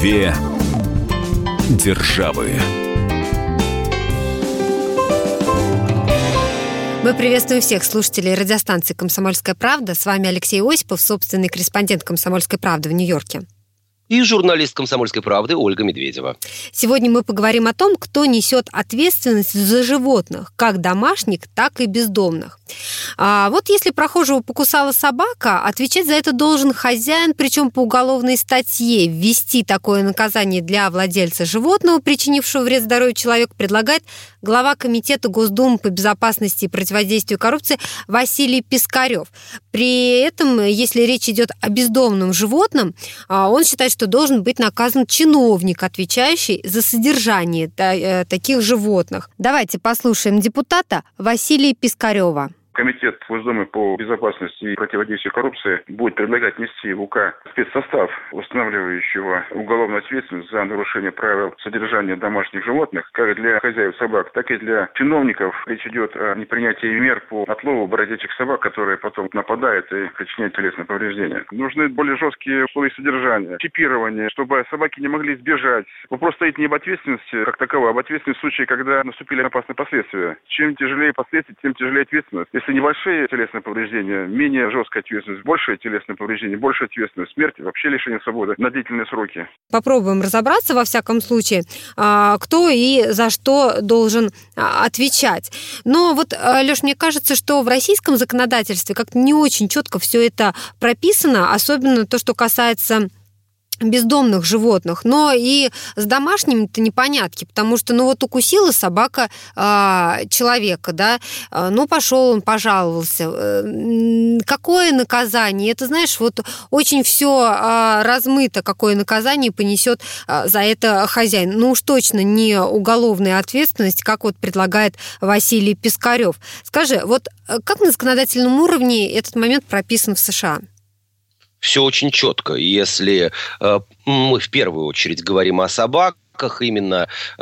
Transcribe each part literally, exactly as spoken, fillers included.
Две державы. Мы приветствуем всех слушателей радиостанции «Комсомольская правда». С вами Алексей Осипов, собственный корреспондент «Комсомольской правды» в Нью-Йорке. И журналист «Комсомольской правды» Ольга Медведева. Сегодня мы поговорим о том, кто несет ответственность за животных, как домашних, так и бездомных. А вот если прохожего покусала собака, отвечать за это должен хозяин, причем по уголовной статье. Ввести такое наказание для владельца животного, причинившего вред здоровью человека, предлагает глава Комитета Госдумы по безопасности и противодействию коррупции Василий Пискарев. При этом, если речь идет о бездомном животном, он считает, что должен быть наказан чиновник, отвечающий за содержание таких животных. Давайте послушаем депутата Василия Пискарева. Комитет Госдумы по безопасности и противодействию коррупции будет предлагать внести в УК спецсостав, устанавливающего уголовную ответственность за нарушение правил содержания домашних животных, как для хозяев собак, так и для чиновников. Речь идет о непринятии мер по отлову бродячих собак, которые потом нападают и причиняют телесные повреждения. Нужны более жесткие условия содержания, чипирование, чтобы собаки не могли сбежать. Вопрос стоит не об ответственности как таковой, а об ответственности в случае, когда наступили опасные последствия. Чем тяжелее последствия, тем тяжелее ответственность. Если небольшие телесные повреждения, менее жесткая ответственность, большее телесное повреждение, большая ответственность, смерть, вообще лишение свободы на длительные сроки. Попробуем разобраться, во всяком случае, кто и за что должен отвечать. Но вот, Лёш, мне кажется, что в российском законодательстве как-то не очень четко все это прописано, особенно то, что касается бездомных животных, но и с домашними-то непонятки, потому что, ну вот укусила собака э, человека, да, э, ну пошел он, пожаловался. Э, какое наказание? Это, знаешь, вот очень все э, размыто, какое наказание понесет э, за это хозяин. Ну уж точно не уголовная ответственность, как вот предлагает Василий Пискарев. Скажи, вот как на законодательном уровне этот момент прописан в США? Все очень четко. Если э, мы в первую очередь говорим о собаках, именно э,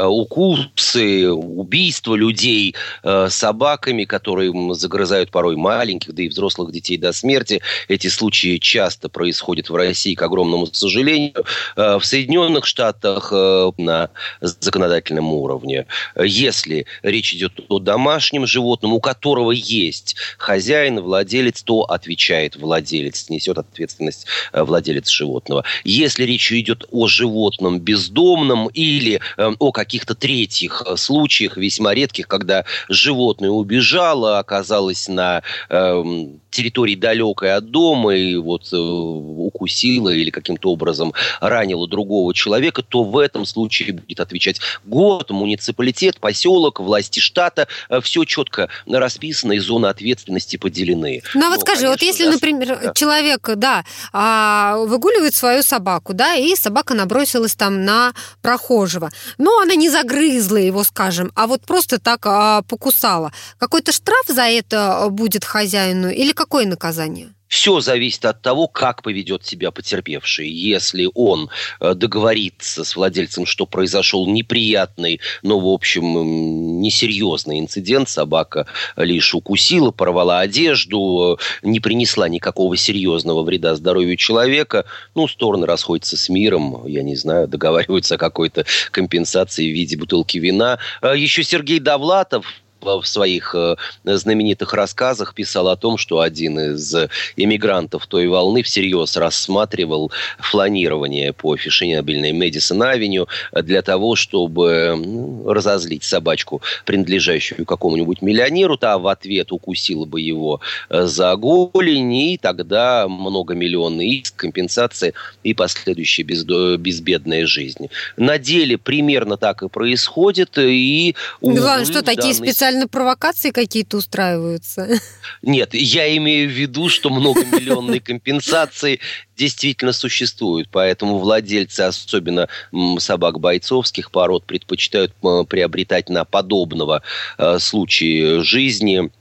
укусы, убийства людей э, собаками, которые загрызают порой маленьких, да и взрослых детей до смерти. Эти случаи часто происходят в России, к огромному сожалению. Э, в Соединенных Штатах э, на законодательном уровне. Если речь идет о домашнем животном, у которого есть хозяин, владелец, то отвечает владелец, несет ответственность э, владелец животного. Если речь идет о животном бездомном и или э, о каких-то третьих случаях, весьма редких, когда животное убежало, оказалось на э, территории далекой от дома и вот э, укусило или каким-то образом ранило другого человека, то в этом случае будет отвечать город, муниципалитет, поселок, власти штата. Э, все четко расписано и зоны ответственности поделены. Ну а вот Но, скажи, конечно, вот если, да, например, да. человек, да, выгуливает свою собаку, да, и собака набросилась там на прохожего, но она не загрызла его, скажем, а вот просто так а, покусала. Какой-то штраф за это будет хозяину или какое наказание? Все зависит от того, как поведет себя потерпевший. Если он договорится с владельцем, что произошел неприятный, но, в общем, несерьезный инцидент, собака лишь укусила, порвала одежду, не принесла никакого серьезного вреда здоровью человека, ну, стороны расходятся с миром, я не знаю, договариваются о какой-то компенсации в виде бутылки вина. Еще Сергей Довлатов в своих э, знаменитых рассказах писал о том, что один из эмигрантов той волны всерьез рассматривал фланирование по фешенебельной Мэдисон-авеню для того, чтобы ну, разозлить собачку, принадлежащую какому-нибудь миллионеру, та в ответ укусила бы его за голень, и тогда многомиллионный иск, компенсация и последующая бездо- безбедная жизнь. На деле примерно так и происходит. И, увы, Главное, что такие специальные провокации какие-то устраиваются? Нет, я имею в виду, что многомиллионные компенсации действительно существуют, поэтому владельцы, особенно собак бойцовских пород, предпочитают приобретать на подобного случая жизни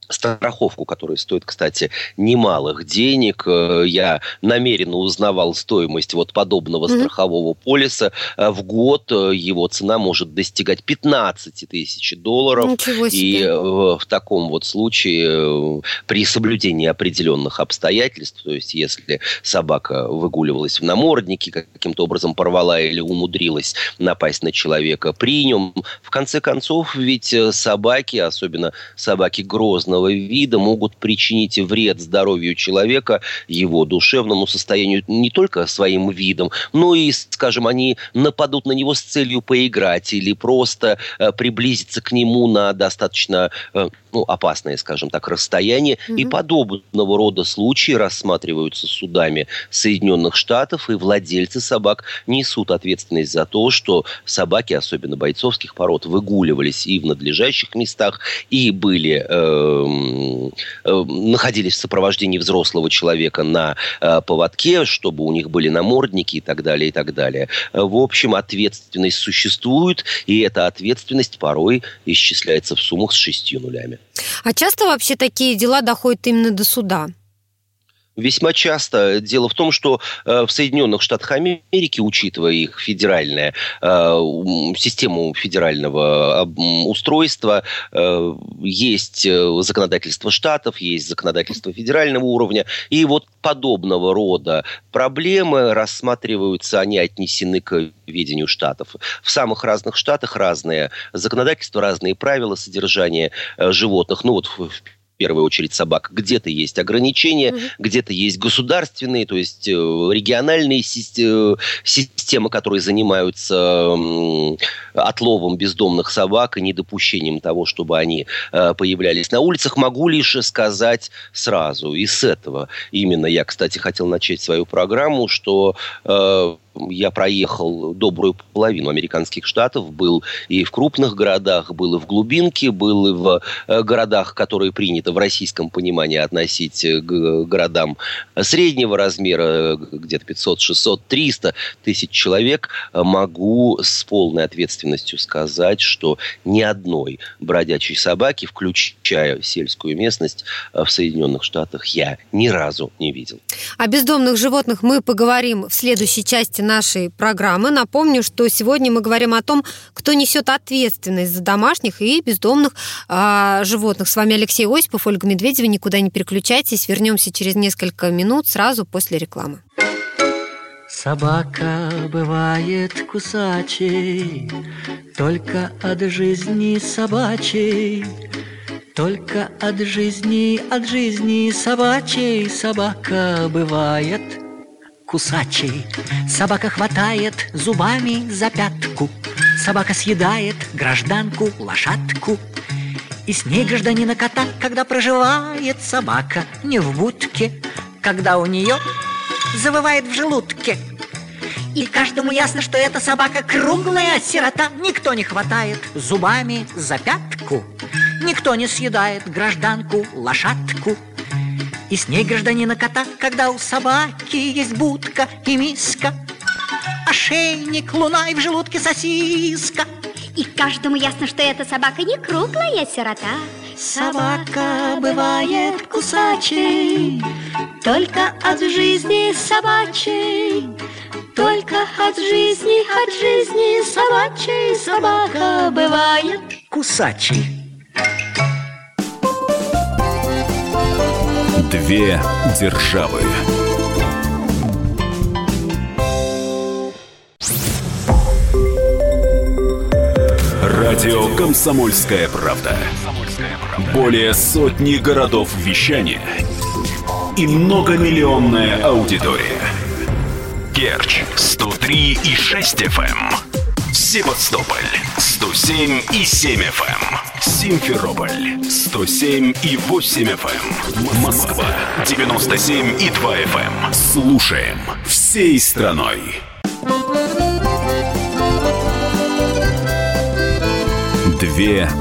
страховку, которая стоит, кстати, немалых денег. Я намеренно узнавал стоимость вот подобного mm-hmm. страхового полиса. В год его цена может достигать пятнадцать тысяч долларов. И в таком вот случае, при соблюдении определенных обстоятельств, то есть если собака выгуливалась в наморднике, каким-то образом порвала или умудрилась напасть на человека при нем, в конце концов, ведь собаки, особенно собаки грозного вида, могут причинить вред здоровью человека, его душевному состоянию не только своим видом, но и, скажем, они нападут на него с целью поиграть или просто э, приблизиться к нему на достаточно э, ну, опасное, скажем так, расстояние. Mm-hmm. И подобного рода случаи рассматриваются судами Соединенных Штатов, и владельцы собак несут ответственность за то, что собаки, особенно бойцовских пород, выгуливались и в надлежащих местах, и были... Э, находились в сопровождении взрослого человека на э, поводке, чтобы у них были намордники и так далее, и так далее. В общем, ответственность существует, и эта ответственность порой исчисляется в суммах с шестью нулями. А часто вообще такие дела доходят именно до суда? Весьма часто. Дело в том, что э, в Соединенных Штатах Америки, учитывая их федеральное, э, систему федерального э, устройства, э, есть законодательство штатов, есть законодательство федерального уровня, и вот подобного рода проблемы рассматриваются, они отнесены к ведению штатов. В самых разных штатах разные законодательства, разные правила содержания э, животных. Ну вот в В первую очередь собак. Где-то есть ограничения, mm-hmm. где-то есть государственные, то есть э, региональные системы, системы, которые занимаются э, отловом бездомных собак и недопущением того, чтобы они э, появлялись на улицах. Могу лишь сказать сразу, и с этого именно я, кстати, хотел начать свою программу, что... Э, Я проехал добрую половину американских штатов, был и в крупных городах, был и в глубинке, был и в городах, которые принято в российском понимании относить к городам среднего размера, где-то пятьсот, шестьсот, триста тысяч человек. Могу с полной ответственностью сказать, что ни одной бродячей собаки, включая сельскую местность, в Соединенных Штатах я ни разу не видел. О бездомных животных мы поговорим в следующей части нашей программы. Напомню, что сегодня мы говорим о том, кто несет ответственность за домашних и бездомных э, животных. С вами Алексей Осипов, Ольга Медведева. Никуда не переключайтесь. Вернемся через несколько минут, сразу после рекламы. Собака бывает кусачей, только от жизни собачей. Только от жизни, от жизни собачей собака бывает кусачей. Собака хватает зубами за пятку, собака съедает гражданку лошадку. И с ней гражданина кота, когда проживает собака не в будке, когда у нее завывает в желудке. И каждому ясно, что эта собака круглая сирота. Никто не хватает зубами за пятку, никто не съедает гражданку лошадку. И с ней гражданина кота, когда у собаки есть будка и миска, ошейник, луна и в желудке сосиска. И каждому ясно, что эта собака не круглая сирота. Собака бывает кусачей, только от жизни собачей. Только от жизни, от жизни собачей собака бывает кусачей. Две державы. Радио «Комсомольская правда». Более сотни городов вещания и многомиллионная аудитория. Керчь сто три и шесть эф эм, Севастополь сто семь и семь эф эм, Симферополь сто семь и восемь эф эм, Москва девяносто семь и два эф эм. Слушаем всей страной. Две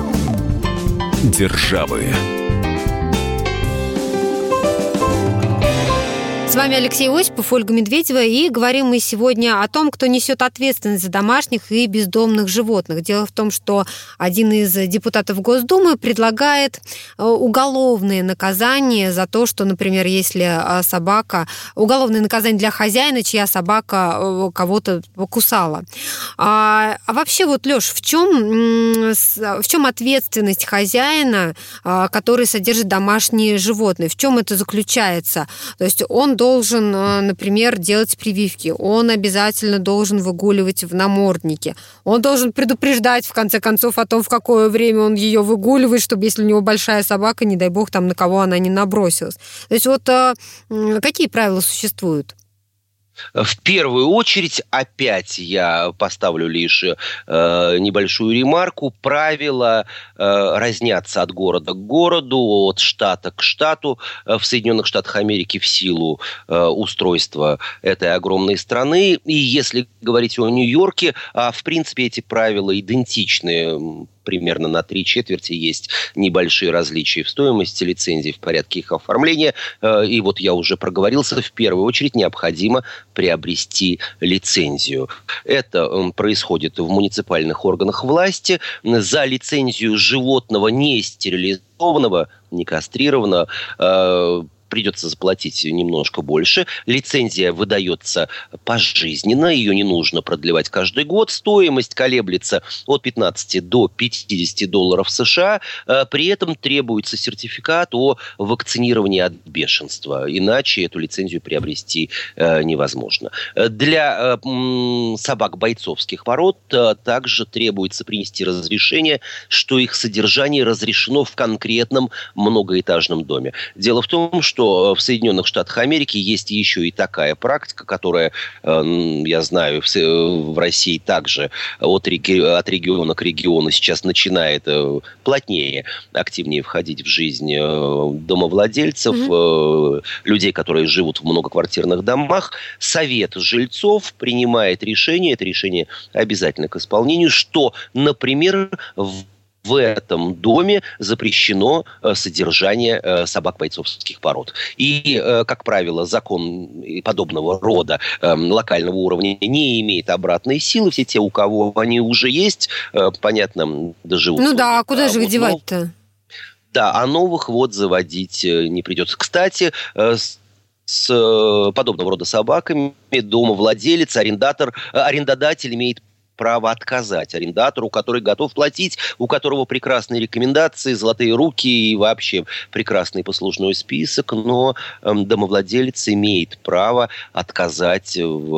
державы. С вами Алексей Осипов, Ольга Медведева, и говорим мы сегодня о том, кто несет ответственность за домашних и бездомных животных. Дело в том, что один из депутатов Госдумы предлагает уголовные наказания за то, что, например, если собака... Уголовное наказание для хозяина, чья собака кого-то покусала. А, а вообще, вот, Лёш, в чем, в чем ответственность хозяина, который содержит домашние животные? В чем это заключается? То есть он должен, например, делать прививки, он обязательно должен выгуливать в наморднике, он должен предупреждать, в конце концов, о том, в какое время он ее выгуливает, чтобы, если у него большая собака, не дай бог, там, на кого она не набросилась. То есть вот какие правила существуют? В первую очередь, опять я поставлю лишь э, небольшую ремарку, правила э, разнятся от города к городу, от штата к штату. В Соединенных Штатах Америки в силу э, устройства этой огромной страны. И если говорить о Нью-Йорке, э, в принципе, эти правила идентичны. Примерно на три четверти есть небольшие различия в стоимости лицензий, в порядке их оформления. И вот я уже проговорился, в первую очередь необходимо приобрести лицензию. Это происходит в муниципальных органах власти. За лицензию животного не стерилизованного, не кастрированного, придется заплатить немножко больше. Лицензия выдается пожизненно, ее не нужно продлевать каждый год. Стоимость колеблется от пятнадцати до пятидесяти долларов США. При этом требуется сертификат о вакцинировании от бешенства. Иначе эту лицензию приобрести невозможно. Для собак бойцовских пород также требуется принести разрешение, что их содержание разрешено в конкретном многоэтажном доме. Дело в том, что что в Соединенных Штатах Америки есть еще и такая практика, которая, я знаю, в России также от, реги- от региона к региону сейчас начинает плотнее, активнее входить в жизнь домовладельцев, mm-hmm. людей, которые живут в многоквартирных домах. Совет жильцов принимает решение, это решение обязательно к исполнению, что, например, в В этом доме запрещено содержание собак бойцовских пород. И, как правило, закон подобного рода локального уровня не имеет обратной силы. Все те, у кого они уже есть, понятно, доживут. Ну да, а куда а же вот их девать-то? Да, а новых вот заводить не придется. Кстати, с подобного рода собаками домовладелец, арендатор, арендодатель имеет право отказать арендатору, который готов платить, у которого прекрасные рекомендации, золотые руки и вообще прекрасный послужной список, но э, домовладелец имеет право отказать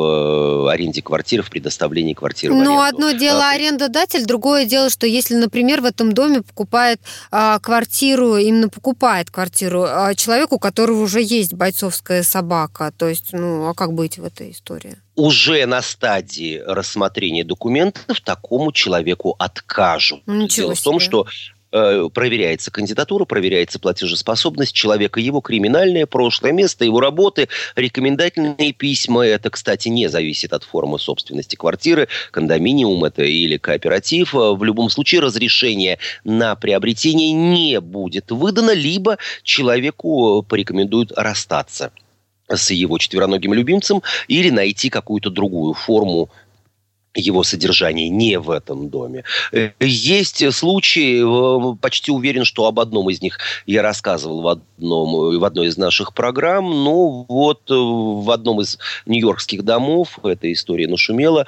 в аренде квартиры, в предоставлении квартиры в аренду. Но одно дело арендодатель, другое дело, что если, например, в этом доме покупает а, квартиру, именно покупает квартиру а, человеку, у которого уже есть бойцовская собака, то есть, ну, а как быть в этой истории? Уже на стадии рассмотрения документов такому человеку откажут. Ничего Дело в том, себе. что э, проверяется кандидатура, проверяется платежеспособность человека, его криминальное прошлое, место его работы, рекомендательные письма. Это, кстати, не зависит от формы собственности квартиры, кондоминиум это или кооператив. В любом случае разрешение на приобретение не будет выдано, либо человеку порекомендуют расстаться с его четвероногим любимцем или найти какую-то другую форму его содержания не в этом доме. Есть случаи, почти уверен, что об одном из них я рассказывал в, одном, в одной из наших программ, но вот в одном из нью-йоркских домов, эта история нашумела,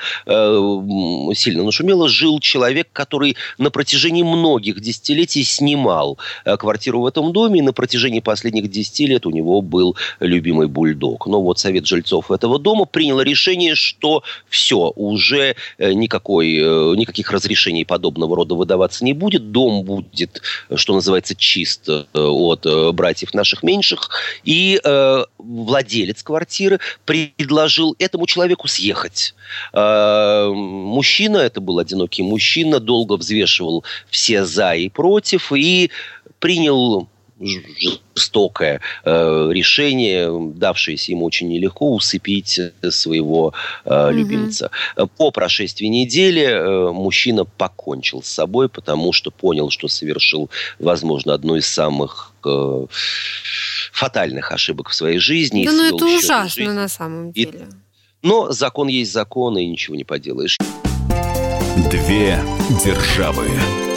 сильно нашумела, жил человек, который на протяжении многих десятилетий снимал квартиру в этом доме, и на протяжении последних десяти лет у него был любимый бульдог. Но вот совет жильцов этого дома принял решение, что все, уже никакой, никаких разрешений подобного рода выдаваться не будет. Дом будет, что называется, чист от братьев наших меньших. И э, владелец квартиры предложил этому человеку съехать. Э, мужчина, это был одинокий мужчина, долго взвешивал все за и против и принял жестокое э, решение, давшееся ему очень нелегко, усыпить своего э, mm-hmm. любимца. По прошествии недели э, мужчина покончил с собой, потому что понял, что совершил, возможно, одно из самых э, фатальных ошибок в своей жизни. Да, ну это ужасно жизни. На самом деле. И... Но закон есть закон, и ничего не поделаешь. Две державы.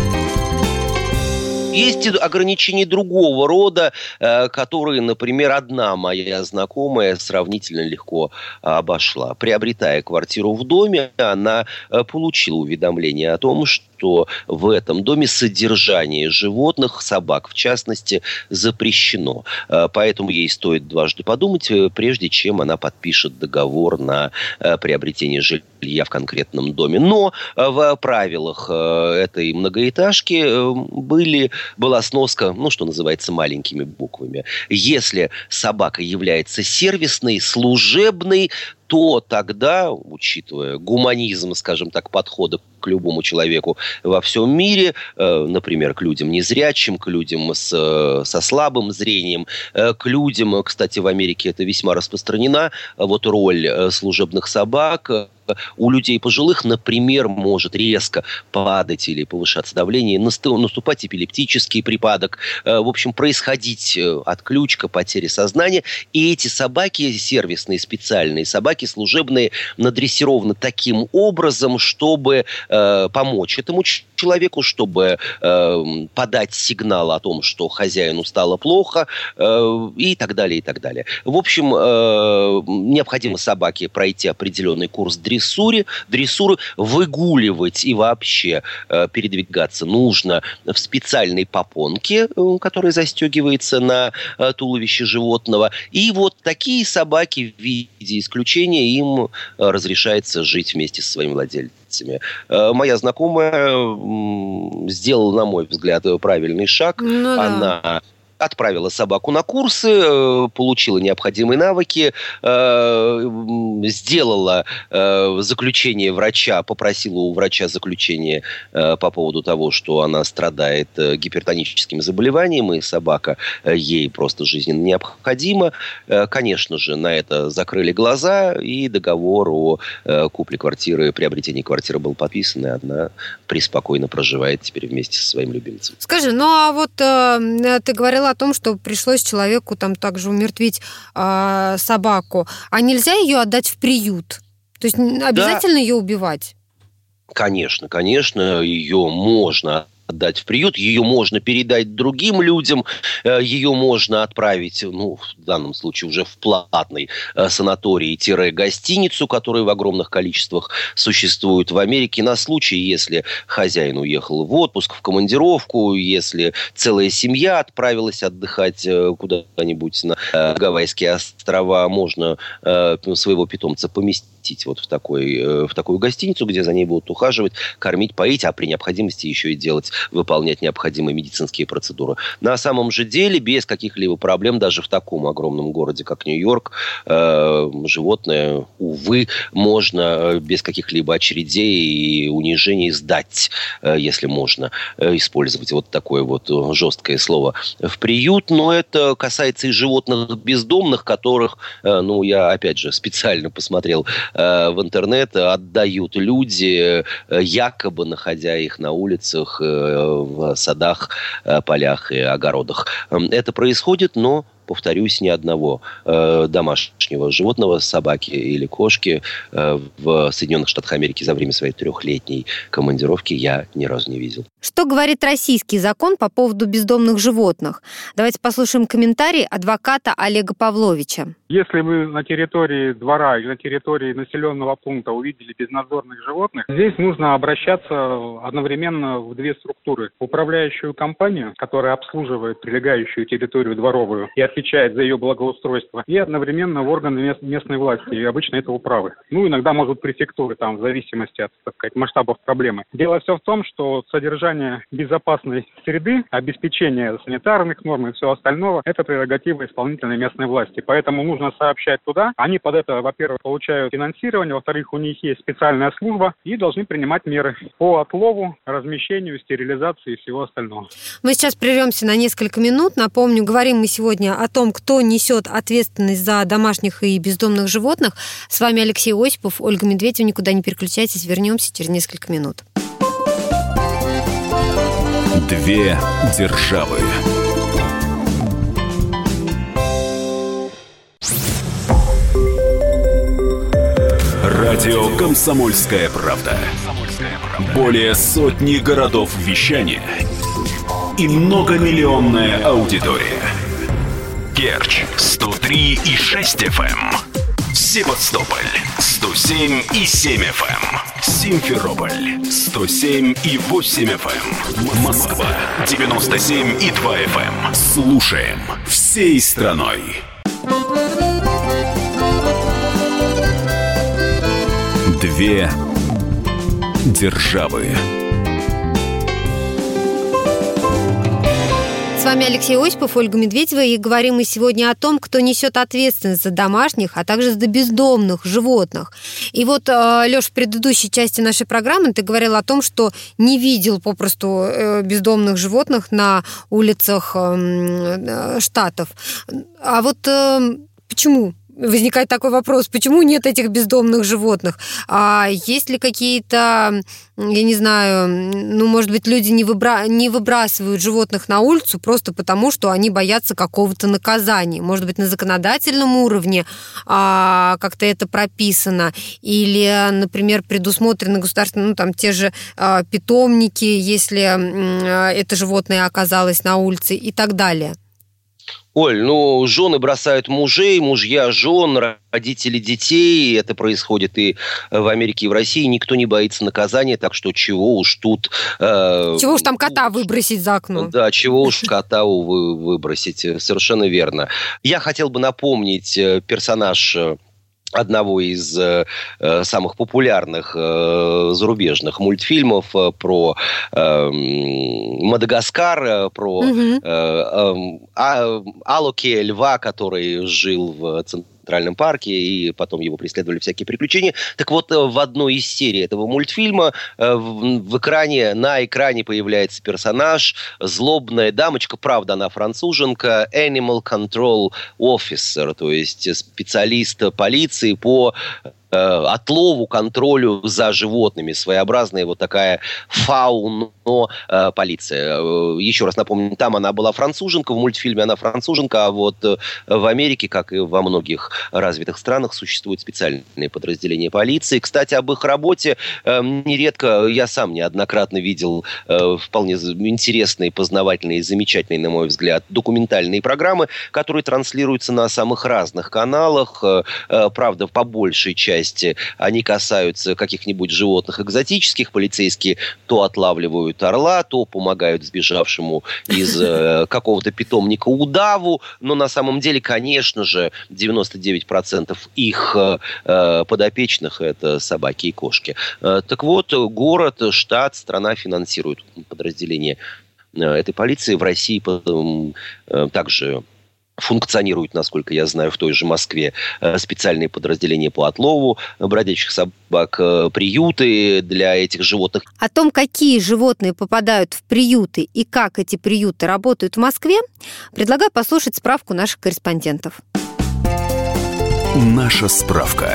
Есть ограничения другого рода, которые, например, одна моя знакомая сравнительно легко обошла. Приобретая квартиру в доме, она получила уведомление о том, что в этом доме содержание животных, собак в частности, запрещено. Поэтому ей стоит дважды подумать, прежде чем она подпишет договор на приобретение жилья в конкретном доме. Но в правилах этой многоэтажки были... была сноска, ну, что называется, маленькими буквами. Если собака является сервисной, служебной, то тогда, учитывая гуманизм, скажем так, подхода к любому человеку во всем мире, э, например, к людям незрячим, к людям с, со слабым зрением, э, к людям, кстати, в Америке это весьма распространена, вот роль э, служебных собак. У людей пожилых, например, может резко падать или повышаться давление, наступать эпилептический припадок, в общем, происходить отключка, потеря сознания. И эти собаки, сервисные, специальные собаки, служебные, надрессированы таким образом, чтобы э, помочь этому человеку, чтобы э, подать сигнал о том, что хозяину стало плохо, э, и так далее, и так далее. В общем, э, необходимо собаке пройти определенный курс дрессировки, Дрессуре, дрессуры, выгуливать и вообще э, передвигаться нужно в специальной попонке, э, которая застегивается на э, туловище животного. И вот такие собаки в виде исключения им э, разрешается жить вместе со своими владельцами. Э, моя знакомая э, сделала, на мой взгляд, правильный шаг. Ну, да. Она... отправила собаку на курсы, получила необходимые навыки, сделала заключение врача, попросила у врача заключение по поводу того, что она страдает гипертоническим заболеванием, и собака ей просто жизненно необходима. Конечно же, на это закрыли глаза, и договор о купле квартиры, приобретении квартиры был подписан, и она преспокойно проживает теперь вместе со своим любимцем. Скажи, ну а вот э, ты говорила о том, что пришлось человеку там также умертвить э, собаку. А нельзя ее отдать в приют? То есть обязательно да. ее убивать? Конечно, конечно, ее можно отдать в приют, ее можно передать другим людям, ее можно отправить, ну, в данном случае уже в платный санаторий-гостиницу, которые в огромных количествах существуют в Америке, на случай, если хозяин уехал в отпуск, в командировку, если целая семья отправилась отдыхать куда-нибудь на Гавайские острова, можно своего питомца поместить вот в, такой, в такую гостиницу, где за ней будут ухаживать, кормить, поить, а при необходимости еще и делать, выполнять необходимые медицинские процедуры. На самом же деле, без каких-либо проблем, даже в таком огромном городе, как Нью-Йорк, э, животное, увы, можно без каких-либо очередей и унижений сдать, э, если можно э, использовать вот такое вот жесткое слово, в приют. Но это касается и животных бездомных, которых, э, ну, я, опять же, специально посмотрел в интернет, отдают люди, якобы находя их на улицах, в садах, полях и огородах. Это происходит, но, повторюсь, ни одного э, домашнего животного, собаки или кошки э, в Соединенных Штатах Америки за время своей трехлетней командировки я ни разу не видел. Что говорит российский закон по поводу бездомных животных? Давайте послушаем комментарий адвоката Олега Павловича. Если вы на территории двора или на территории населенного пункта увидели безнадзорных животных, здесь нужно обращаться одновременно в две структуры. Управляющую компанию, которая обслуживает прилегающую территорию дворовую и отвечает за ее благоустройство, и одновременно в органы местной власти, и обычно это управы. Ну, иногда, может, префектуры, там, в зависимости от, так сказать, масштабов проблемы. Дело все в том, что содержание безопасной среды, обеспечение санитарных норм и всего остального, это прерогатива исполнительной местной власти. Поэтому нужно сообщать туда. Они под это, во-первых, получают финансирование, во-вторых, у них есть специальная служба и должны принимать меры по отлову, размещению, стерилизации и всего остального. Мы сейчас прервемся на несколько минут. Напомню, говорим мы сегодня о том, кто несет ответственность за домашних и бездомных животных. С вами Алексей Осипов, Ольга Медведева. Никуда не переключайтесь, вернемся через несколько минут. Две державы. Радио «Комсомольская правда». Более сотни городов вещания и многомиллионная аудитория. Керчь сто три и шесть эф эм, Севастополь сто семь и семь эф эм, Симферополь сто семь и восемь эф эм, Москва девяносто семь и два эф эм. Слушаем всей страной. Две державы. С вами Алексей Осипов, Ольга Медведева, и говорим мы сегодня о том, кто несет ответственность за домашних, а также за бездомных животных. И вот, Лёш, в предыдущей части нашей программы ты говорил о том, что не видел попросту бездомных животных на улицах Штатов. А вот почему? Возникает такой вопрос, почему нет этих бездомных животных? А есть ли какие-то, я не знаю, ну, может быть, люди не, выбра... не выбрасывают животных на улицу просто потому, что они боятся какого-то наказания? Может быть, на законодательном уровне а, как-то это прописано? Или, например, предусмотрены государственные, ну, там, те же а, питомники, если а, это животное оказалось на улице и так далее? Оль, ну, жены бросают мужей, мужья жен, родители детей. Это происходит и в Америке, и в России. Никто не боится наказания, так что чего уж тут... Э, чего уж там кота выбросить за окно. Да, чего уж кота вы, выбросить. Совершенно верно. Я хотел бы напомнить персонаж одного из э, самых популярных э, зарубежных мультфильмов э, про э, Мадагаскар, про mm-hmm. э, э, Алоке, льва, который жил в Центральном парке, и потом его преследовали всякие приключения. Так вот, в одной из серий этого мультфильма э, в, в экране, на экране появляется персонаж, злобная дамочка, правда, она француженка, Animal Control Officer, то есть специалист полиции по отлову, контролю за животными. Своеобразная вот такая фауно-полиция. Еще раз напомню, там она была француженка, в мультфильме она француженка, а вот в Америке, как и во многих развитых странах, существуют специальные подразделения полиции. Кстати, об их работе нередко я сам неоднократно видел вполне интересные, познавательные, замечательные, на мой взгляд, документальные программы, которые транслируются на самых разных каналах. Правда, по большей части они касаются каких-нибудь животных экзотических. Полицейские то отлавливают орла, то помогают сбежавшему из э, какого-то питомника удаву. Но на самом деле, конечно же, девяносто девять процентов их э, подопечных – это собаки и кошки. Э, так вот, город, штат, страна финансируют подразделение э, этой полиции. В России э, также функционируют, насколько я знаю, в той же Москве специальные подразделения по отлову бродячих собак, приюты для этих животных. О том, какие животные попадают в приюты и как эти приюты работают в Москве, предлагаю послушать справку наших корреспондентов. Наша справка.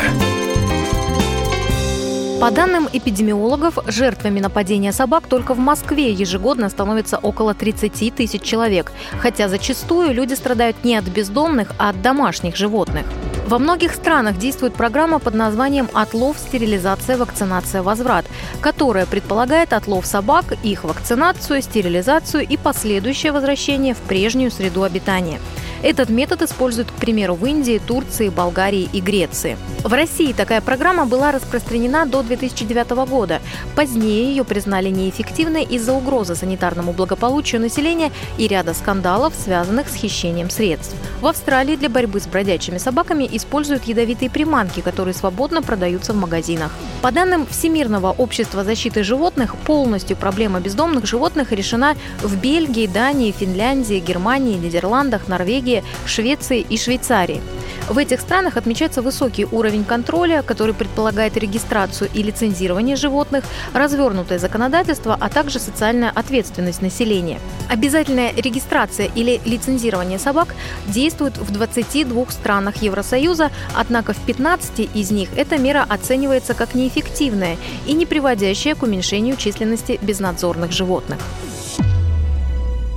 По данным эпидемиологов, жертвами нападения собак только в Москве ежегодно становится около тридцать тысяч человек, хотя зачастую люди страдают не от бездомных, а от домашних животных. Во многих странах действует программа под названием «Отлов, стерилизация, вакцинация, возврат», которая предполагает отлов собак, их вакцинацию, стерилизацию и последующее возвращение в прежнюю среду обитания. Этот метод используют, к примеру, в Индии, Турции, Болгарии и Греции. В России такая программа была распространена до две тысячи девятого года. Позднее ее признали неэффективной из-за угрозы санитарному благополучию населения и ряда скандалов, связанных с хищением средств. В Австралии для борьбы с бродячими собаками используют ядовитые приманки, которые свободно продаются в магазинах. По данным Всемирного общества защиты животных, полностью проблема бездомных животных решена в Бельгии, Дании, Финляндии, Германии, Нидерландах, Норвегии, Швеции и Швейцарии. В этих странах отмечается высокий уровень контроля, который предполагает регистрацию и лицензирование животных, развернутое законодательство, а также социальная ответственность населения. Обязательная регистрация или лицензирование собак действует в двадцати двух странах Евросоюза, однако в пятнадцати из них эта мера оценивается как неэффективная и не приводящая к уменьшению численности безнадзорных животных.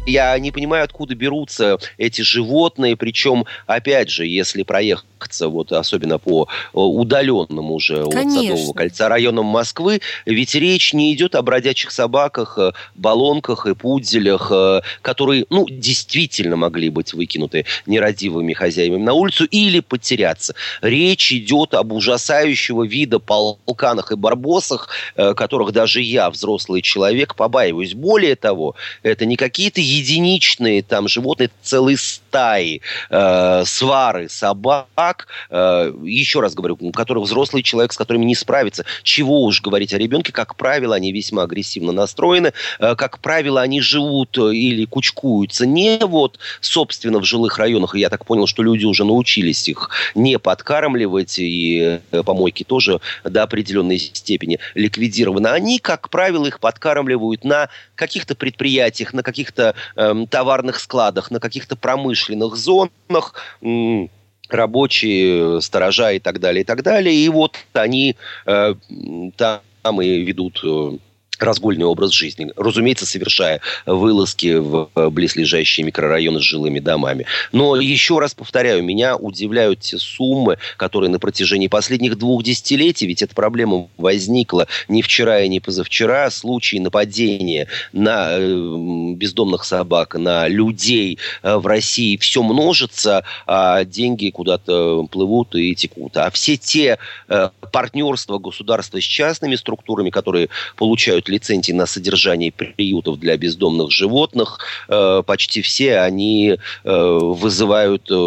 Я не понимаю, откуда берутся эти животные, причем, опять же, если проехаться, вот особенно по удаленному уже от Садового кольца районам Москвы, ведь речь не идет о бродячих собаках, баллонках и пуделях, которые, ну, действительно могли быть выкинуты нерадивыми хозяевами на улицу или потеряться. Речь идет об ужасающего вида полканах и барбосах, которых даже я, взрослый человек, побаиваюсь. Более того, это не какие-то единичные там животные, целые стаи, э, свары собак, э, еще раз говорю, у которых взрослый человек, с которыми не справится. Чего уж говорить о ребенке, как правило, они весьма агрессивно настроены, э, как правило, они живут или кучкуются не вот, собственно, в жилых районах, и я так понял, что люди уже научились их не подкармливать, и э, помойки тоже до определенной степени ликвидированы. Они, как правило, их подкармливают на каких-то предприятиях, на каких-то э, товарных складах, на каких-то промышленных зонах, э, рабочие, сторожа и так далее, и так далее. И вот они э, там и ведут э, разгульный образ жизни, разумеется, совершая вылазки в близлежащие микрорайоны с жилыми домами. Но еще раз повторяю, меня удивляют те суммы, которые на протяжении последних двух десятилетий, ведь эта проблема возникла не вчера и не позавчера, случаи нападения на бездомных собак, на людей в России все множится, а деньги куда-то плывут и текут. А все те партнерства государства с частными структурами, которые получают лицензии на содержание приютов для бездомных животных, э, почти все они э, вызывают э,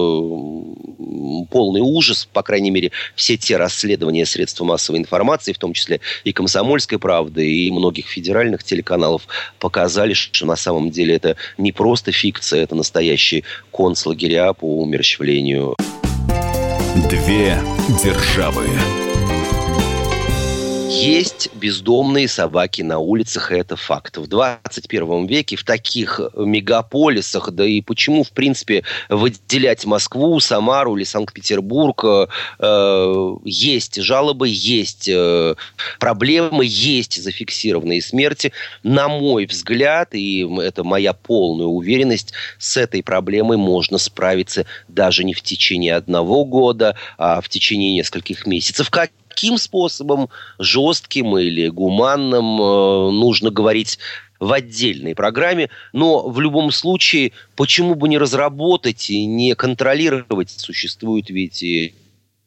полный ужас, по крайней мере, все те расследования средств массовой информации, в том числе и «Комсомольской правды», и многих федеральных телеканалов, показали, что на самом деле это не просто фикция, это настоящие концлагеря по умерщвлению. Две державы. Есть бездомные собаки на улицах, и это факт. В двадцать первом веке в таких мегаполисах, да и почему, в принципе, выделять Москву, Самару или Санкт-Петербург, э, есть жалобы, есть э, проблемы, есть зафиксированные смерти. На мой взгляд, и это моя полная уверенность, с этой проблемой можно справиться даже не в течение одного года, а в течение нескольких месяцев. Как Каким способом, жестким или гуманным, э, нужно говорить в отдельной программе, но в любом случае, почему бы не разработать и не контролировать, существует ведь и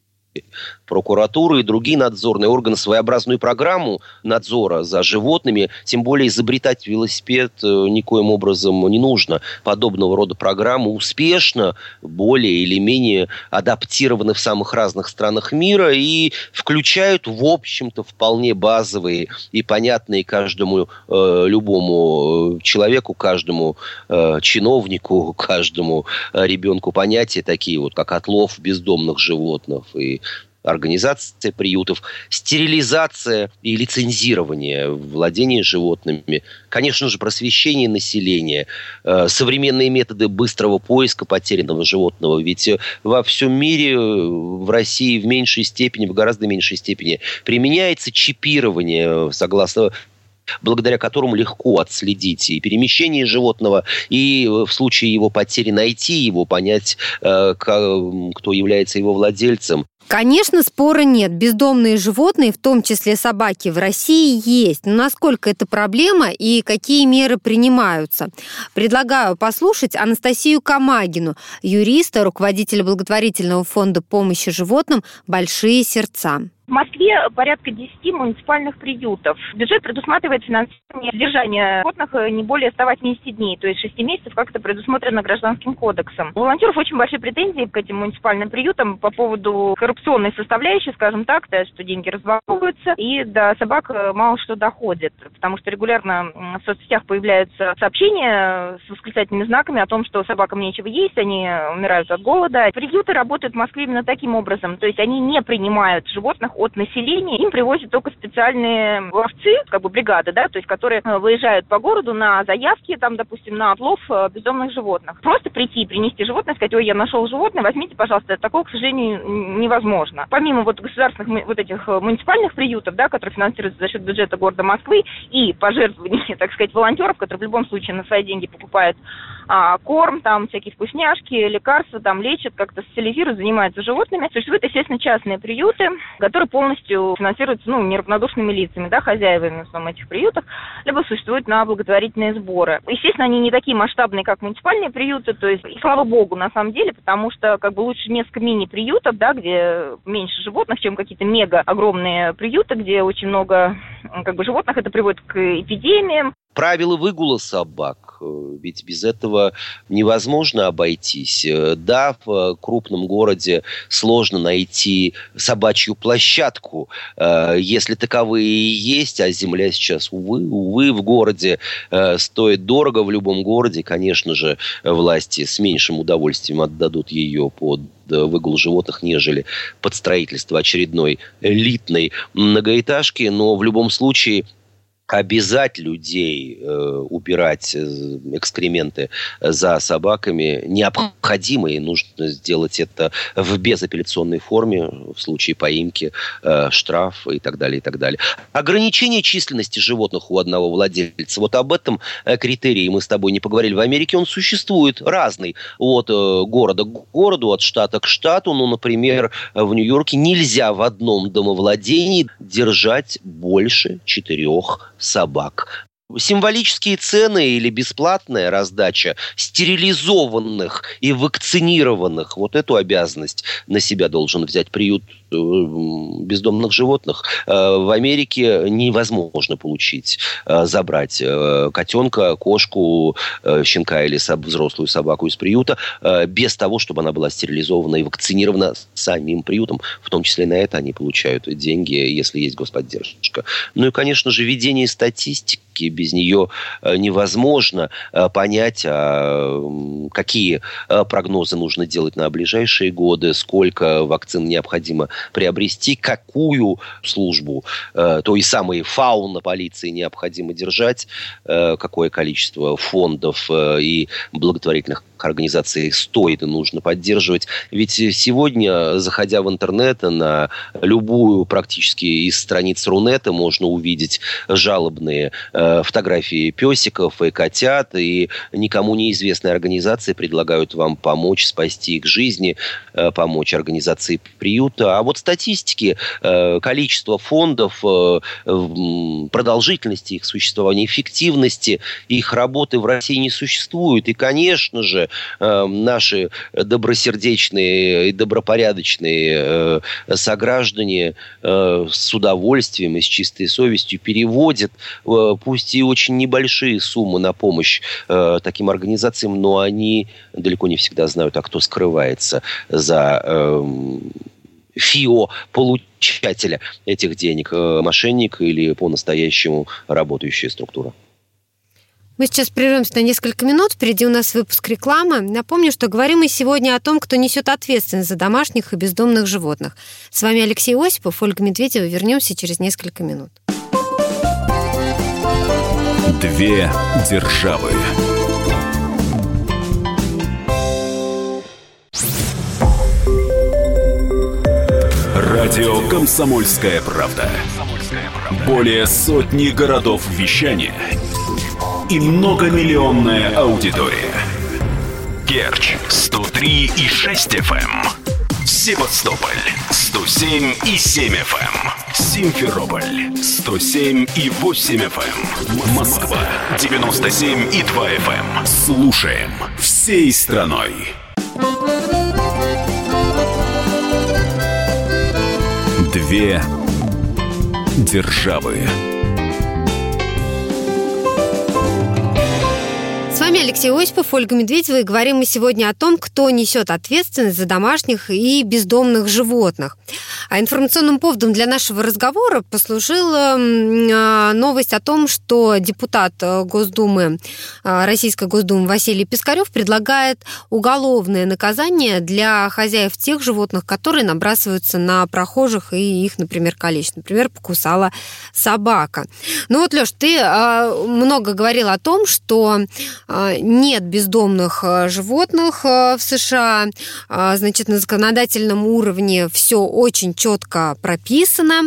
прокуратура и другие надзорные органы, своеобразную программу надзора за животными, тем более изобретать велосипед никоим образом не нужно. Подобного рода программы успешно, более или менее адаптированы в самых разных странах мира и включают, в общем-то, вполне базовые и понятные каждому э, любому человеку, каждому э, чиновнику, каждому э, ребенку понятия, такие вот, как отлов бездомных животных и организация приютов, стерилизация и лицензирование владения животными, конечно же, просвещение населения, э, современные методы быстрого поиска потерянного животного. Ведь во всем мире, в России в меньшей степени, в гораздо меньшей степени применяется чипирование, согласно благодаря которому легко отследить и перемещение животного, и в случае его потери найти его, понять, э, кто является его владельцем. Конечно, спора нет. Бездомные животные, в том числе собаки, в России есть. Но насколько это проблема и какие меры принимаются? Предлагаю послушать Анастасию Камагину, юриста, руководителя благотворительного фонда помощи животным «Большие сердца». В Москве порядка десяти муниципальных приютов. Бюджет предусматривает финансирование содержания животных не более ста восьмидесяти дней, то есть шести месяцев, как это предусмотрено Гражданским кодексом. У волонтеров очень большие претензии к этим муниципальным приютам по поводу коррупционной составляющей, скажем так, то, что деньги разворовываются, и до собак мало что доходит, потому что регулярно в соцсетях появляются сообщения с восклицательными знаками о том, что собакам нечего есть, они умирают от голода. Приюты работают в Москве именно таким образом, то есть они не принимают животных от населения, им привозят только специальные ловцы, как бы бригады, да, то есть которые выезжают по городу на заявки, там, допустим, на отлов бездомных животных. Просто прийти, принести животное, сказать: ой, я нашел животное, возьмите, пожалуйста. Такого, к сожалению, невозможно. Помимо вот государственных вот этих муниципальных приютов, да, которые финансируются за счет бюджета города Москвы, и пожертвований, так сказать, волонтеров, которые в любом случае на свои деньги покупают а, корм, там, всякие вкусняшки, лекарства, там, лечат, как-то социализируют, занимаются животными. Существуют, естественно, частные приюты, которые полностью финансируются, ну, неравнодушными лицами, да, хозяевами в основном этих приютов, либо существуют на благотворительные сборы. Естественно, они не такие масштабные, как муниципальные приюты, то есть, и слава богу, на самом деле, потому что, как бы, лучше несколько мини-приютов, да, где меньше животных, чем какие-то мега огромные приюты, где очень много, как бы, животных. Это приводит к эпидемиям. Правила выгула собак, ведь без этого невозможно обойтись. Да, в крупном городе сложно найти собачью площадку, если таковые есть, а земля сейчас, увы, увы, в городе стоит дорого. В любом городе, конечно же, власти с меньшим удовольствием отдадут ее под выгул животных, нежели под строительство очередной элитной многоэтажки. Но в любом случае обязать людей э, убирать экскременты за собаками необходимо, и нужно сделать это в безапелляционной форме, в случае поимки, э, штраф и так далее, и так далее. Ограничение численности животных у одного владельца, вот об этом э, критерии мы с тобой не поговорили. В Америке он существует разный, от э, города к городу, от штата к штату. Ну, например, в Нью-Йорке нельзя в одном домовладении держать больше четырех собак. Символические цены или бесплатная раздача стерилизованных и вакцинированных, вот эту обязанность на себя должен взять приют бездомных животных. В Америке невозможно получить, забрать котенка, кошку, щенка или взрослую собаку из приюта без того, чтобы она была стерилизована и вакцинирована самим приютом. В том числе на это они получают деньги, если есть господдержка. Ну и, конечно же, ведение статистики. Без нее невозможно понять, какие прогнозы нужно делать на ближайшие годы, сколько вакцин необходимо приобрести, какую службу той самой фауна полиции необходимо держать, какое количество фондов и благотворительных организаций стоит и нужно поддерживать. Ведь сегодня, заходя в интернет, на любую практически из страниц Рунета можно увидеть жалобные э, фотографии песиков и котят, и никому неизвестные организации предлагают вам помочь спасти их жизни, э, помочь организации приюта. А вот статистики, э, количество фондов, э, продолжительности их существования, эффективности их работы в России не существует. И, конечно же, наши добросердечные и добропорядочные сограждане с удовольствием и с чистой совестью переводят, пусть и очень небольшие суммы на помощь таким организациям, но они далеко не всегда знают, а кто скрывается за ФИО-получателя этих денег, мошенник или по-настоящему работающая структура. Мы сейчас прервемся на несколько минут. Впереди у нас выпуск рекламы. Напомню, что говорим мы сегодня о том, кто несет ответственность за домашних и бездомных животных. С вами Алексей Осипов, Ольга Медведева. Вернемся через несколько минут. Две державы. Радио «Комсомольская правда». Более сотни городов вещания и многомиллионная аудитория. Керчь сто три и шесть эф эм, Севастополь сто семь и семь эф эм, Симферополь сто семь и восемь эф эм, Москва девяносто семь и два эф эм. Слушаем всей страной. Две державы. С вами Алексей Осипов, Ольга Медведева, и говорим мы сегодня о том, кто несет ответственность за домашних и бездомных животных. А информационным поводом для нашего разговора послужила новость о том, что депутат Госдумы, Российской Госдумы Василий Пискарев предлагает уголовное наказание для хозяев тех животных, которые набрасываются на прохожих и их, например, калечат. Например, покусала собака. Ну вот, Лёш, ты много говорил о том, что нет бездомных животных в США. Значит, на законодательном уровне все очень четко прописано,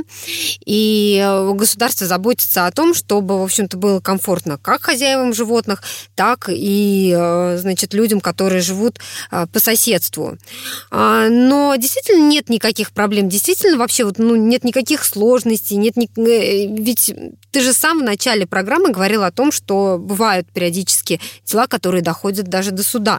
и государство заботится о том, чтобы, в общем-то, было комфортно как хозяевам животных, так и, значит, людям, которые живут по соседству. Но действительно нет никаких проблем, действительно вообще вот, ну, нет никаких сложностей, нет ни... ведь ты же сам в начале программы говорил о том, что бывают периодически дела, которые доходят даже до суда.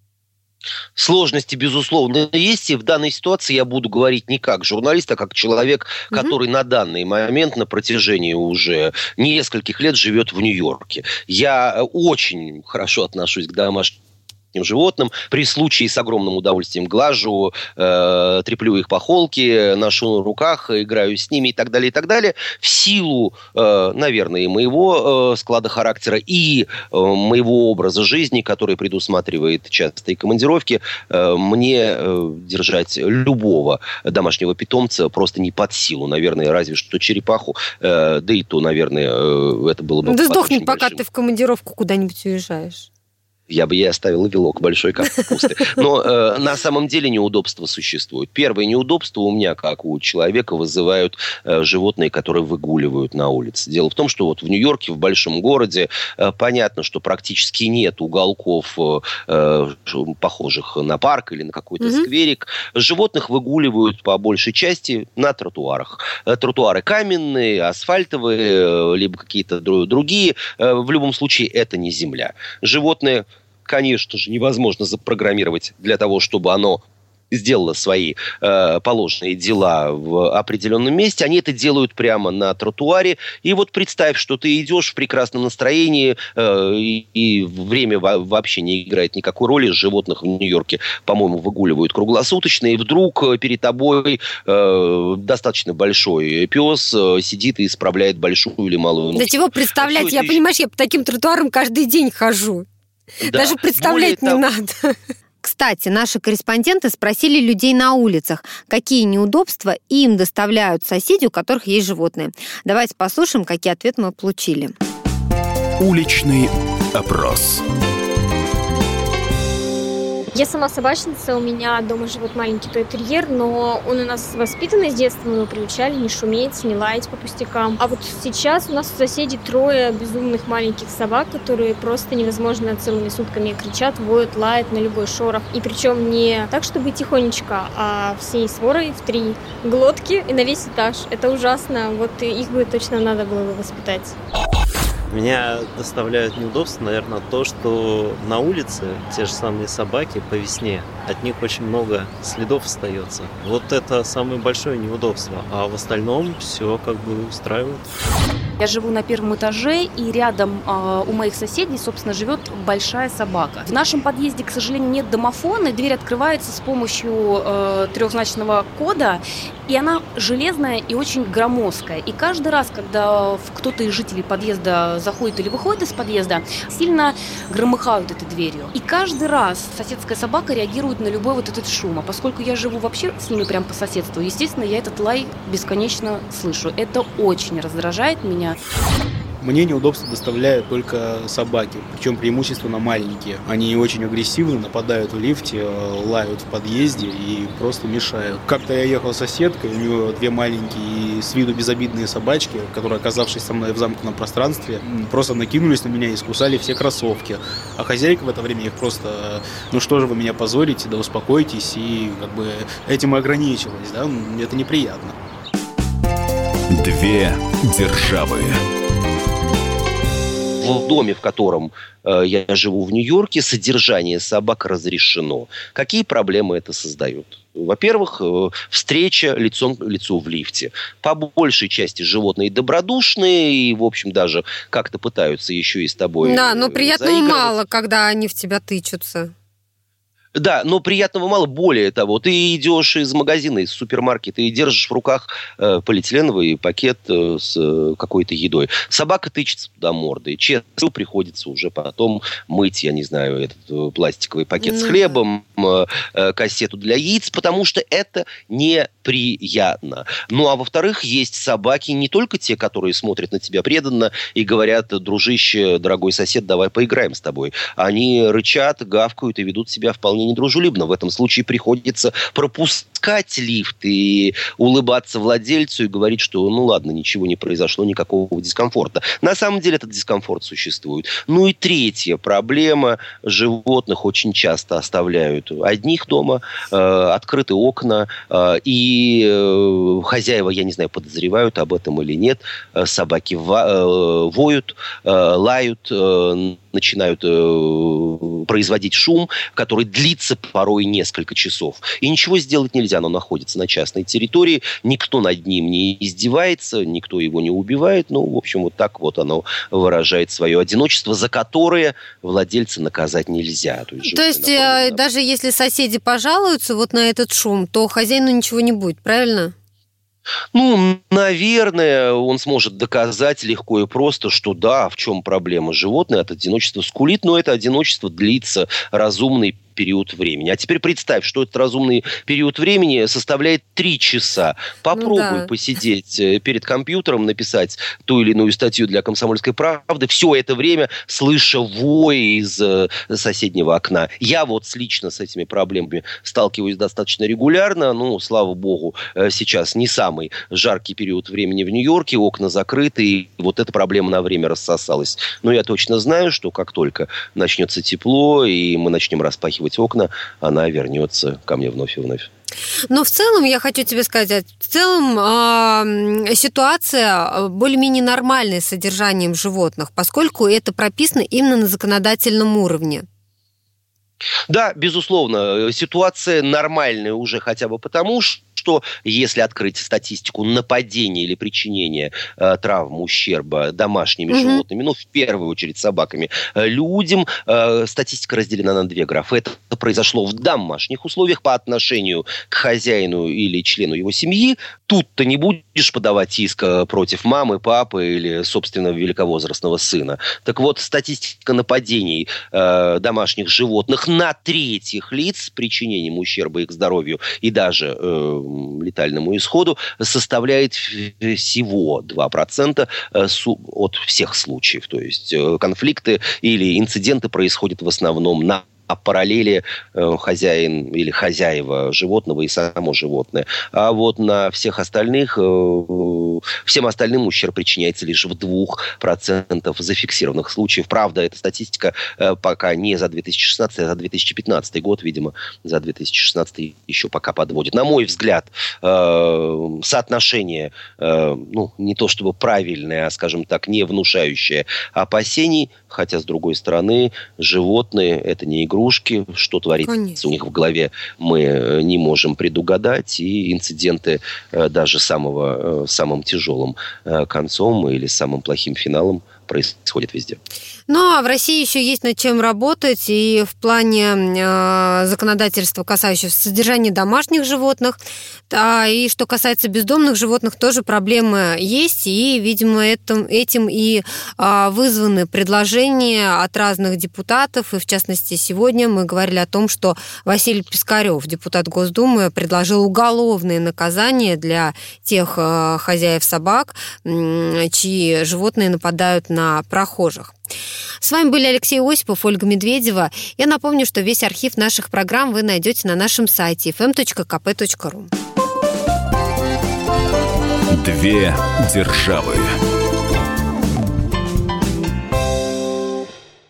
Сложности, безусловно, есть, и в данной ситуации я буду говорить не как журналист, а как человек, угу. который на данный момент на протяжении уже нескольких лет живет в Нью-Йорке. Я очень хорошо отношусь к домашним животным. При случае с огромным удовольствием глажу, э, треплю их по холке, ношу на руках, играю с ними и так далее, и так далее. В силу, э, наверное, и моего э, склада характера, и э, моего образа жизни, который предусматривает частые командировки, э, мне э, держать любого домашнего питомца просто не под силу. Наверное, разве что черепаху. Э, да и то, наверное, э, это было бы... Да сдохнет, пока большим. Ты в командировку куда-нибудь уезжаешь. Я бы ей оставил вилок большой капусты. Но э, на самом деле неудобства существуют. Первое неудобство у меня, как у человека, вызывают э, животные, которые выгуливают на улице. Дело в том, что вот в Нью-Йорке, в большом городе, э, понятно, что практически нет уголков, э, похожих на парк или на какой-то mm-hmm. скверик. Животных выгуливают по большей части на тротуарах. Э, тротуары каменные, асфальтовые, э, либо какие-то другие. Э, в любом случае, это не земля. Животные... Конечно же, невозможно запрограммировать для того, чтобы оно сделало свои э, положенные дела в определенном месте. Они это делают прямо на тротуаре. И вот представь, что ты идешь в прекрасном настроении, э, и, и время во- вообще не играет никакой роли. Животных в Нью-Йорке, по-моему, выгуливают круглосуточно. И вдруг перед тобой э, достаточно большой пес э, сидит и исправляет большую или малую нужду. Да чего представлять? Я, понимаешь, я по таким тротуарам каждый день хожу. Да. Даже представлять Более не того... надо. Кстати, наши корреспонденты спросили людей на улицах, какие неудобства им доставляют соседи, у которых есть животные. Давайте послушаем, какие ответы мы получили. Уличный опрос. Я сама собачница, у меня дома живет маленький той-терьер, но он у нас воспитанный с детства, мы его приучали не шуметь, не лаять по пустякам. А вот сейчас у нас у соседей трое безумных маленьких собак, которые просто невозможно целыми сутками кричат, воют, лают на любой шорох. И причем не так, чтобы тихонечко, а всей сворой в три глотки и на весь этаж. Это ужасно, вот их бы точно надо было бы воспитать. Меня доставляют неудобства, наверное, то, что на улице те же самые собаки по весне, от них очень много следов остается. Вот это самое большое неудобство, а в остальном все как бы устраивает. Я живу на первом этаже, и рядом э, у моих соседей, собственно, живет большая собака. В нашем подъезде, к сожалению, нет домофона, и дверь открывается с помощью э, трехзначного кода, и она железная и очень громоздкая. И каждый раз, когда кто-то из жителей подъезда заходит или выходит из подъезда, сильно громыхают этой дверью. И каждый раз соседская собака реагирует на любой вот этот шум. А поскольку я живу вообще с ними прямо по соседству, естественно, я этот лай бесконечно слышу. Это очень раздражает меня. Мне неудобства доставляют только собаки, причем преимущественно маленькие. Они очень агрессивны, нападают в лифте, лают в подъезде и просто мешают. Как-то я ехал с соседкой, у нее две маленькие с виду безобидные собачки, которые, оказавшись со мной в замкнутом пространстве, просто накинулись на меня и искусали все кроссовки. А хозяйка в это время их просто, ну что же вы меня позорите, да успокойтесь, и как бы этим и ограничилась, да, это неприятно. Две державы. В доме, в котором э, я живу в Нью-Йорке, содержание собак разрешено. Какие проблемы это создает? Во-первых, э, встреча лицом к лицу в лифте. По большей части животные добродушные и, в общем, даже как-то пытаются еще и с тобой Да, но приятного мало, когда они в тебя тычутся. Да, но приятного мало. Более того, ты идешь из магазина, из супермаркета и держишь в руках э, полиэтиленовый пакет э, с э, какой-то едой. Собака тычется туда мордой. Честно, приходится уже потом мыть, я не знаю, этот э, пластиковый пакет mm-hmm. с хлебом, э, э, кассету для яиц, потому что это неприятно. Ну, а во-вторых, есть собаки, не только те, которые смотрят на тебя преданно и говорят: дружище, дорогой сосед, давай поиграем с тобой. Они рычат, гавкают и ведут себя вполне недружелюбно. В этом случае приходится пропускать лифт и улыбаться владельцу и говорить, что ну ладно, ничего не произошло, никакого дискомфорта. На самом деле этот дискомфорт существует. Ну и третья проблема. Животных очень часто оставляют одних дома, э, открыты окна, э, и э, хозяева, я не знаю, подозревают об этом или нет, э, собаки во, э, воют, э, лают, э, начинают э, производить шум, который длится порой несколько часов. И ничего сделать нельзя, оно находится на частной территории, никто над ним не издевается, никто его не убивает. Ну, в общем, вот так вот оно выражает свое одиночество, за которое владельца наказать нельзя. То есть, то есть э, даже если соседи пожалуются вот на этот шум, то хозяину ничего не будет, правильно? Ну, наверное, он сможет доказать легко и просто, что да, в чем проблема. Животное от одиночества скулит, но это одиночество длится разумный период времени. А теперь представь, что этот разумный период времени составляет три часа. Попробуй ну, да. посидеть перед компьютером, написать ту или иную статью для «Комсомольской правды», все это время слыша вой из соседнего окна. Я вот лично с этими проблемами сталкиваюсь достаточно регулярно. Ну, слава богу, сейчас не самый жаркий период времени в Нью-Йорке, окна закрыты, и вот эта проблема на время рассосалась. Но я точно знаю, что как только начнется тепло, и мы начнем распахивать окна, она вернется ко мне вновь и вновь. Но в целом, я хочу тебе сказать, в целом э, ситуация более-менее нормальная с содержанием животных, поскольку это прописано именно на законодательном уровне. Да, безусловно, ситуация нормальная уже хотя бы потому, что что если открыть статистику нападения или причинения э, травм, ущерба домашними mm-hmm. животными, ну, в первую очередь собаками, э, людям, э, статистика разделена на две графы. Это произошло в домашних условиях по отношению к хозяину или члену его семьи. Тут ты не будешь подавать иск против мамы, папы или собственного великовозрастного сына. Так вот, статистика нападений э, домашних животных на третьих лиц с причинением ущерба их здоровью и даже э, летальному исходу составляет всего два процента от всех случаев. То есть конфликты или инциденты происходят в основном на а параллели э, хозяин или хозяева животного и само животное. А вот на всех остальных, э, всем остальным ущерб причиняется лишь в двух процентах зафиксированных случаев. Правда, эта статистика э, пока не за две тысячи шестнадцатый, а за две тысячи пятнадцатый год, видимо, за две тысячи шестнадцатый еще пока подводит. На мой взгляд, э, соотношение, э, ну, не то чтобы правильное, а, скажем так, не внушающее опасений, хотя, с другой стороны, животные – это не игрушки. Что творится Конечно. У них в голове, мы не можем предугадать. И инциденты даже самого, самым тяжелым концом или самым плохим финалом происходят везде. Ну, а в России еще есть над чем работать, и в плане э, законодательства, касающегося содержания домашних животных, а, и что касается бездомных животных, тоже проблемы есть, и, видимо, этим, этим и э, вызваны предложения от разных депутатов, и, в частности, сегодня мы говорили о том, что Василий Пискарев, депутат Госдумы, предложил уголовное наказание для тех э, хозяев собак, э, чьи животные нападают на на прохожих. С вами были Алексей Осипов, Ольга Медведева. Я напомню, что весь архив наших программ вы найдете на нашем сайте эф эм точка ка пэ точка ру. Две державы.